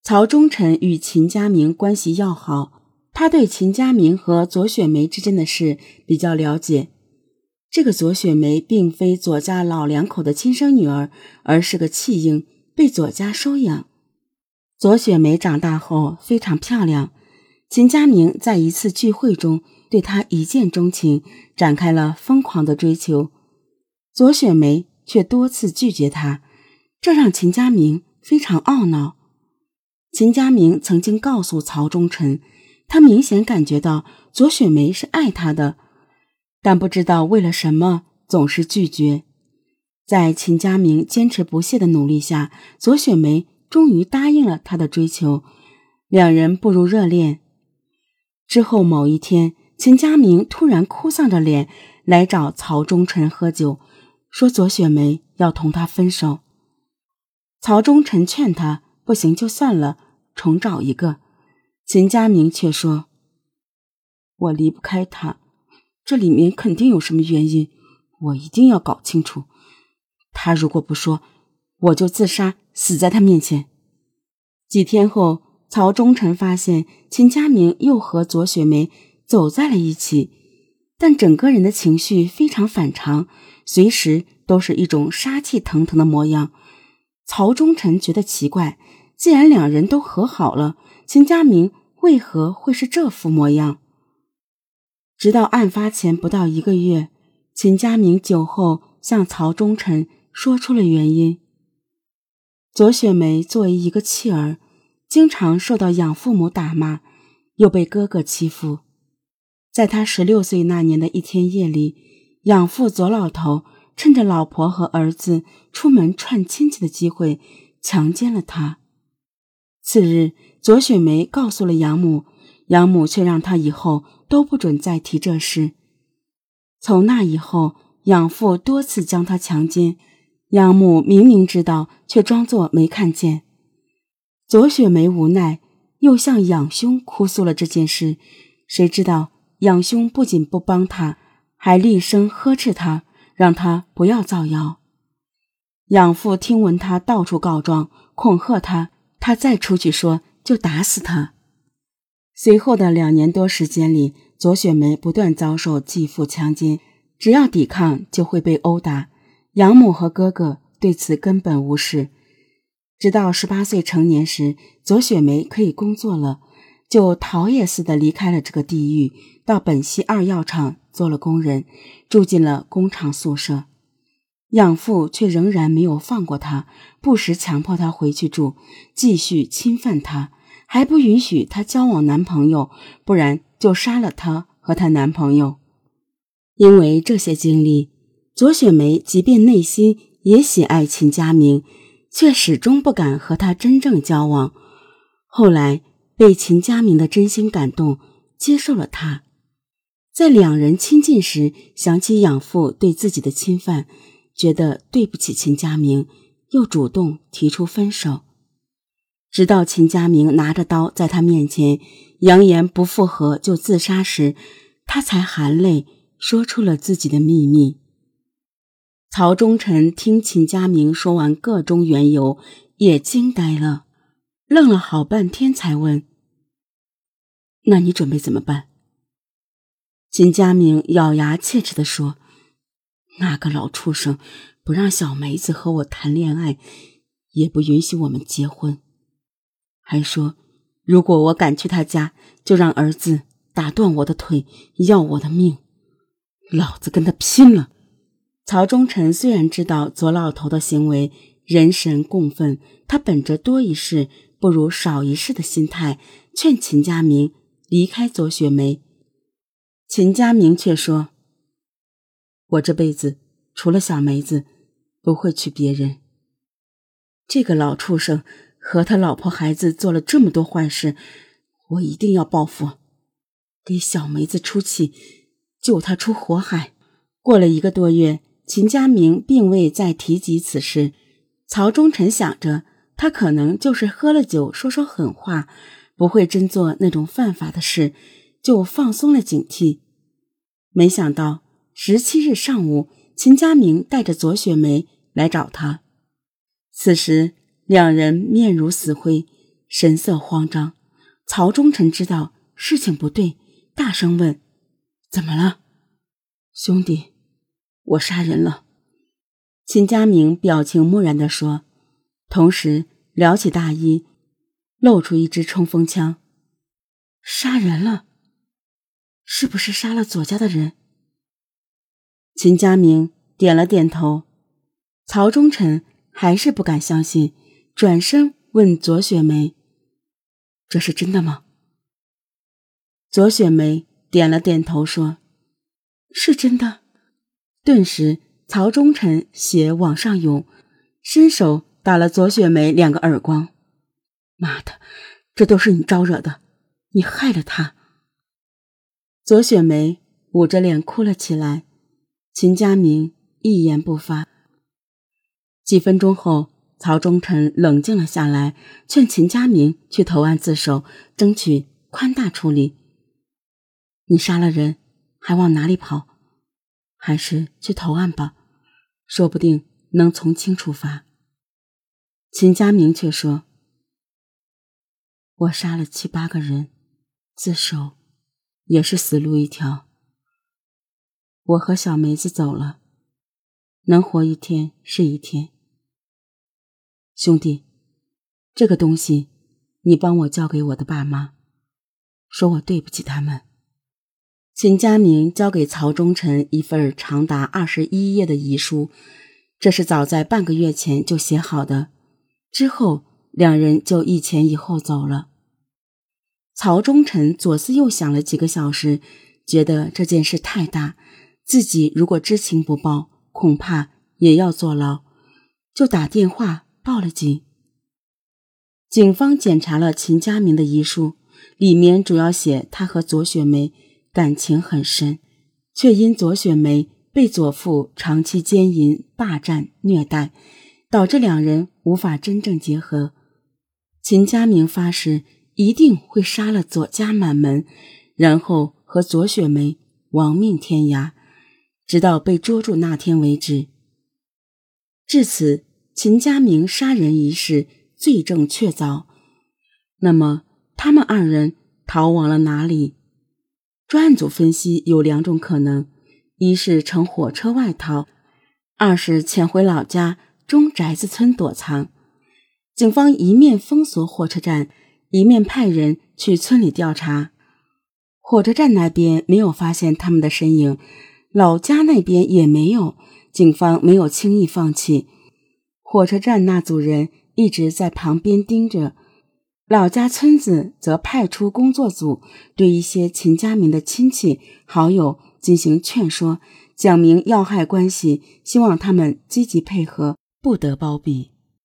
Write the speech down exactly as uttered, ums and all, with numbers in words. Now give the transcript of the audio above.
曹忠臣与秦家明关系要好，他对秦家明和左雪梅之间的事比较了解。这个左雪梅并非左家老两口的亲生女儿，而是个弃婴，被左家收养。左雪梅长大后非常漂亮，秦家明在一次聚会中对她一见钟情，展开了疯狂的追求。左雪梅却多次拒绝他，这让秦家明非常懊恼。秦家明曾经告诉曹忠臣，他明显感觉到左雪梅是爱他的，但不知道为了什么总是拒绝。在秦家明坚持不懈的努力下，左雪梅终于答应了他的追求，两人步入热恋。之后某一天，秦家明突然哭丧着脸来找曹忠臣喝酒，说左雪梅要同他分手。曹忠臣劝他不行就算了，重找一个。秦家明却说，我离不开他，这里面肯定有什么原因，我一定要搞清楚。他如果不说，我就自杀，死在他面前。几天后，曹忠臣发现秦家明又和左雪梅走在了一起，但整个人的情绪非常反常，随时都是一种杀气腾腾的模样。曹忠臣觉得奇怪，既然两人都和好了，秦家明为何会是这副模样？直到案发前不到一个月，秦家明酒后向曹忠臣说出了原因。左雪梅作为一个弃儿，经常受到养父母打骂，又被哥哥欺负。在他十六岁那年的一天夜里，养父左老头趁着老婆和儿子出门串亲戚的机会，强奸了他。次日，左雪梅告诉了养母，养母却让她以后都不准再提这事。从那以后，养父多次将她强奸，养母明明知道，却装作没看见。左雪梅无奈，又向养兄哭诉了这件事，谁知道养兄不仅不帮她，还厉声呵斥她，让她不要造谣。养父听闻她到处告状，恐吓她，她再出去说就打死她。随后的两年多时间里，左雪梅不断遭受继父强奸，只要抵抗就会被殴打，养母和哥哥对此根本无视。直到十八岁成年时，左雪梅可以工作了，就逃也似的离开了这个地狱，到本溪二药厂做了工人，住进了工厂宿舍。养父却仍然没有放过她，不时强迫她回去住，继续侵犯她，还不允许她交往男朋友，不然就杀了她和她男朋友。因为这些经历，左雪梅即便内心也喜爱秦家明，却始终不敢和他真正交往。后来被秦家明的真心感动，接受了他。在两人亲近时，想起养父对自己的侵犯，觉得对不起秦家明，又主动提出分手。直到秦家明拿着刀在他面前扬言不复合就自杀时，他才含泪说出了自己的秘密。曹忠臣听秦家明说完个中缘由，也惊呆了，愣了好半天才问，那你准备怎么办？秦家明咬牙切齿地说，那个老畜生不让小梅子和我谈恋爱，也不允许我们结婚，还说如果我敢去他家，就让儿子打断我的腿，要我的命，老子跟他拼了。曹忠臣虽然知道左老头的行为人神共愤，他本着多一事不如少一事的心态，劝秦家明离开左雪梅。秦家明却说，我这辈子除了小梅子不会娶别人。这个老畜生和他老婆孩子做了这么多坏事，我一定要报复，给小梅子出气，救她出火海。过了一个多月，秦家明并未再提及此事。曹忠臣想着他可能就是喝了酒说说狠话，不会真做那种犯法的事，就放松了警惕。没想到十七日上午，秦家明带着左雪梅来找他。此时两人面如死灰， 神色慌张。曹忠臣知道事情不对，大声问：怎么了？兄弟，我杀人了。秦家明表情木然地说，同时撩起大衣，露出一支冲锋枪。杀人了？是不是杀了左家的人？秦家明点了点头。曹忠臣还是不敢相信，转身问左雪梅：这是真的吗？左雪梅点了点头说：是真的。顿时曹忠臣血往上涌，伸手打了左雪梅两个耳光。妈的，这都是你招惹的，你害了他。左雪梅捂着脸哭了起来，秦家明一言不发。几分钟后，曹忠臣冷静了下来，劝秦家明去投案自首，争取宽大处理。你杀了人，还往哪里跑？还是去投案吧，说不定能从轻处罚。秦家明却说：我杀了七八个人，自首也是死路一条。我和小梅子走了，能活一天是一天。兄弟，这个东西你帮我交给我的爸妈，说我对不起他们。秦家明交给曹忠臣一份长达二十一页的遗书，这是早在半个月前就写好的，之后两人就一前一后走了。曹忠臣左思右想了几个小时，觉得这件事太大，自己如果知情不报，恐怕也要坐牢，就打电话报了警。警方检查了秦家明的遗书，里面主要写他和左雪梅感情很深，却因左雪梅被左父长期奸淫、霸占、虐待，导致两人无法真正结合。秦家明发誓一定会杀了左家满门，然后和左雪梅亡命天涯，直到被捉住那天为止。至此，秦家明杀人一事罪证确凿。那么他们二人逃往了哪里？专案组分析有两种可能，一是乘火车外逃，二是潜回老家中宅子村躲藏。警方一面封锁火车站，一面派人去村里调查。火车站那边没有发现他们的身影，老家那边也没有，警方没有轻易放弃。火车站那组人一直在旁边盯着，老家村子则派出工作组对一些秦家明的亲戚好友进行劝说，讲明要害关系，希望他们积极配合，不得包庇。